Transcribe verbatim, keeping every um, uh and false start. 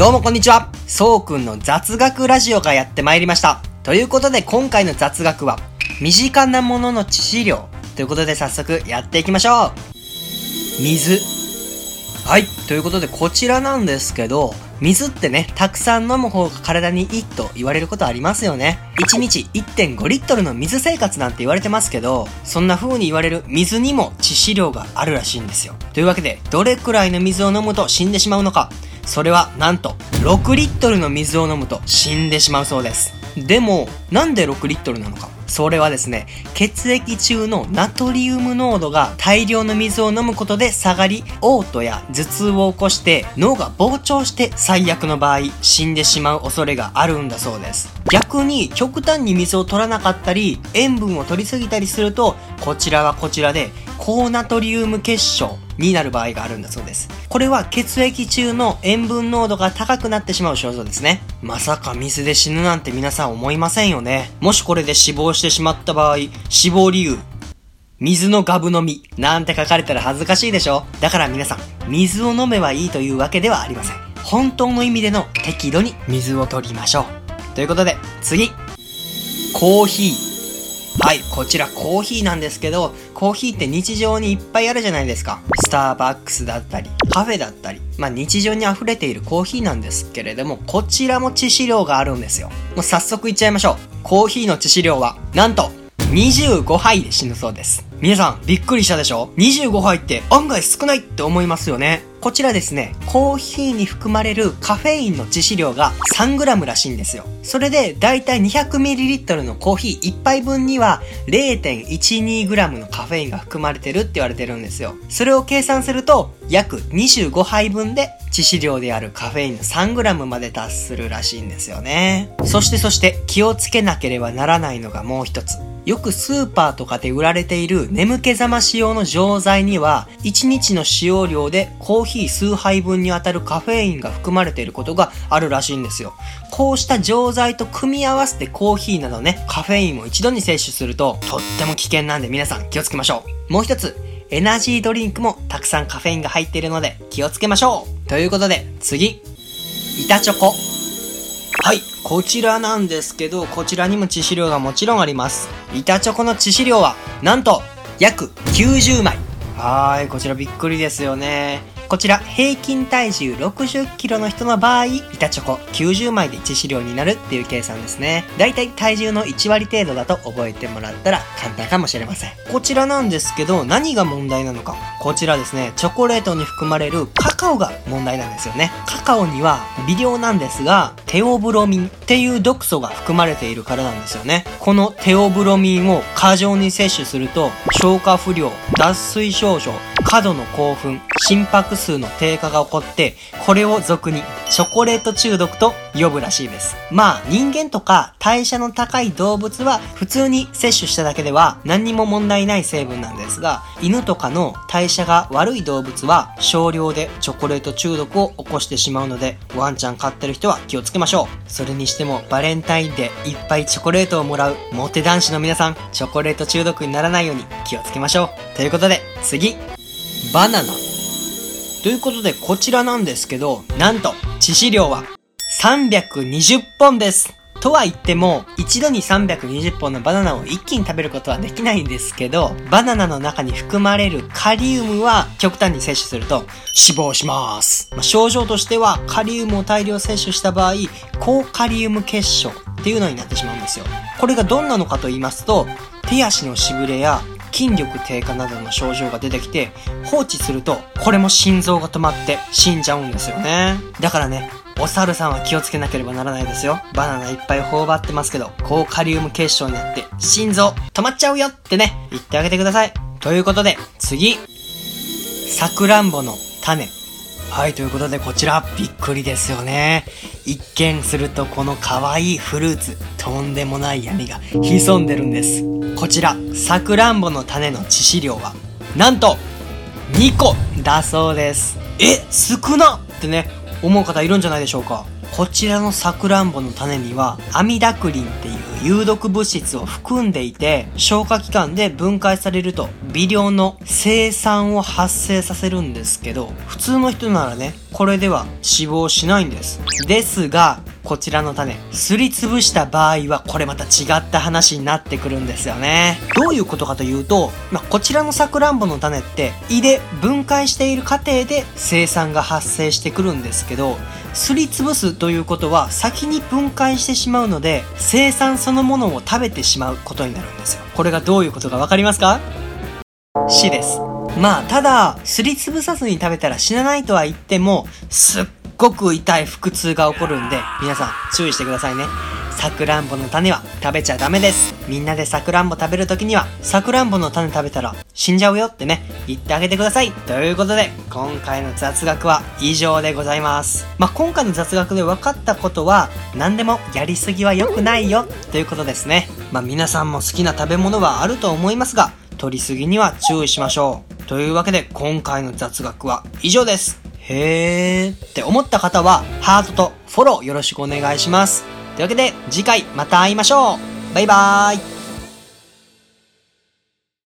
どうもこんにちは。そうくんの雑学ラジオがやってまいりました。ということで今回の雑学は身近なものの致死量ということで早速やっていきましょう。水。はい。ということでこちらなんですけど、水ってね、たくさん飲む方が体にいいと言われることありますよね。いちにち いってんご リットルの水生活なんて言われてますけど、そんな風に言われる水にも致死量があるらしいんですよ。というわけで、どれくらいの水を飲むと死んでしまうのか。それはなんとろくリットルの水を飲むと死んでしまうそうです。でもなんでろくリットルなのか。それはですね、血液中のナトリウム濃度が大量の水を飲むことで下がり、嘔吐や頭痛を起こして脳が膨張して最悪の場合死んでしまう恐れがあるんだそうです。逆に極端に水を取らなかったり塩分を取りすぎたりすると、こちらはこちらで高ナトリウム血症になる場合があるんだそうです。これは血液中の塩分濃度が高くなってしまう症状ですね。まさか水で死ぬなんて皆さん思いませんよね。もしこれで死亡してしまった場合、死亡理由水のガブ飲みなんて書かれたら恥ずかしいでしょ。だから皆さん、水を飲めばいいというわけではありません。本当の意味での適度に水を取りましょう。ということで次、コーヒー。はい、こちらコーヒーなんですけど、コーヒーって日常にいっぱいあるじゃないですか。スターバックスだったりカフェだったり、まあ日常に溢れているコーヒーなんですけれども、こちらも致死量があるんですよ。もう早速いっちゃいましょう。コーヒーの致死量はなんとにじゅうごはいで死ぬそうです。皆さんびっくりしたでしょ。にじゅうごはいって案外少ないって思いますよね。こちらですね、コーヒーに含まれるカフェインの致死量が さんグラム らしいんですよ。それでだいたい にひゃくミリリットル のコーヒーいっぱいぶんには れいてんいちにグラム のカフェインが含まれてるって言われてるんですよ。それを計算すると約にじゅうごはいぶんで致死量であるカフェインの さんグラム まで達するらしいんですよね。そしてそして気をつけなければならないのがもう一つ。よくスーパーとかで売られている眠気覚まし用の錠剤にはいちにちの使用量でコーヒー数杯分にあたるカフェインが含まれていることがあるらしいんですよ。こうした錠剤と組み合わせてコーヒーなどね、カフェインを一度に摂取するととっても危険なんで皆さん気をつけましょう。もう一つ、エナジードリンクもたくさんカフェインが入っているので気をつけましょう。ということで次、板チョコ。はい、こちらなんですけど、こちらにも致死量がもちろんあります。板チョコの致死量はなんと約きゅうじゅうまい。はーい、こちらびっくりですよね。こちら平均体重ろくじゅっキロの人の場合、板チョコきゅうじゅうまいで致死量になるっていう計算ですね。だいたい体重のいちわり程度だと覚えてもらったら簡単かもしれません。こちらなんですけど、何が問題なのか。こちらですね、チョコレートに含まれるカカオが問題なんですよね。カカオには微量なんですがテオブロミンっていう毒素が含まれているからなんですよね。このテオブロミンを過剰に摂取すると消化不良、脱水症状、過度の興奮、心拍数の低下が起こって、これを俗にチョコレート中毒と呼ぶらしいです。まあ人間とか代謝の高い動物は普通に摂取しただけでは何にも問題ない成分なんですが、犬とかの代謝が悪い動物は少量でチョコレート中毒を起こしてしまうので、ワンちゃん飼ってる人は気をつけましょう。それにしてもバレンタインでいっぱいチョコレートをもらうモテ男子の皆さん、チョコレート中毒にならないように気をつけましょう。ということで次、バナナ。ということでこちらなんですけど、なんと致死量はさんびゃくにじゅっぽんです。とは言っても一度にさんびゃくにじゅっぽんのバナナを一気に食べることはできないんですけど、バナナの中に含まれるカリウムは極端に摂取すると死亡します。まあ、症状としてはカリウムを大量摂取した場合、高カリウム血症っていうのになってしまうんですよ。これがどんなのかと言いますと、手足のしびれや筋力低下などの症状が出てきて、放置するとこれも心臓が止まって死んじゃうんですよね。だからね、お猿さんは気をつけなければならないですよ。バナナいっぱい頬張ってますけど、高カリウム血症になって心臓止まっちゃうよってね、言ってあげてください。ということで次、さくらんぼの種。はい、ということでこちらびっくりですよね。一見するとこの可愛いフルーツ、とんでもない闇が潜んでるんです。こちらさくらんぼの種の致死量はなんとにこだそうです。え、少なってね思う方いるんじゃないでしょうか。 こちらのさくらんぼの種にはアミダクリンっていう有毒物質を含んでいて、消化器官で分解されると微量の青酸を発生させるんですけど、普通の人ならね、これでは死亡しないんです。ですが、こちらの種、すりつぶした場合はこれまた違った話になってくるんですよね。どういうことかというと、まあ、こちらのさくらんぼの種って胃で分解している過程で青酸が発生してくるんですけど、すりつぶすということは先に分解してしまうので、青酸そのものを食べてしまうことになるんですよ。これがどういうことかわかりますか？死です。まあ、ただ、すりつぶさずに食べたら死なないとは言っても、すっごく痛い腹痛が起こるんで、皆さん注意してくださいね。さくらんぼの種は食べちゃダメです。みんなでさくらんぼ食べるときには、さくらんぼの種食べたら死んじゃうよってね、言ってあげてください。ということで、今回の雑学は以上でございます。まあ、今回の雑学で分かったことは、何でもやりすぎは良くないよということですね。まあ、皆さんも好きな食べ物はあると思いますが、取りすぎには注意しましょう。というわけで、今回の雑学は以上です。へーって思った方は、ハートとフォローよろしくお願いします。というわけで、次回また会いましょう。バイバーイ。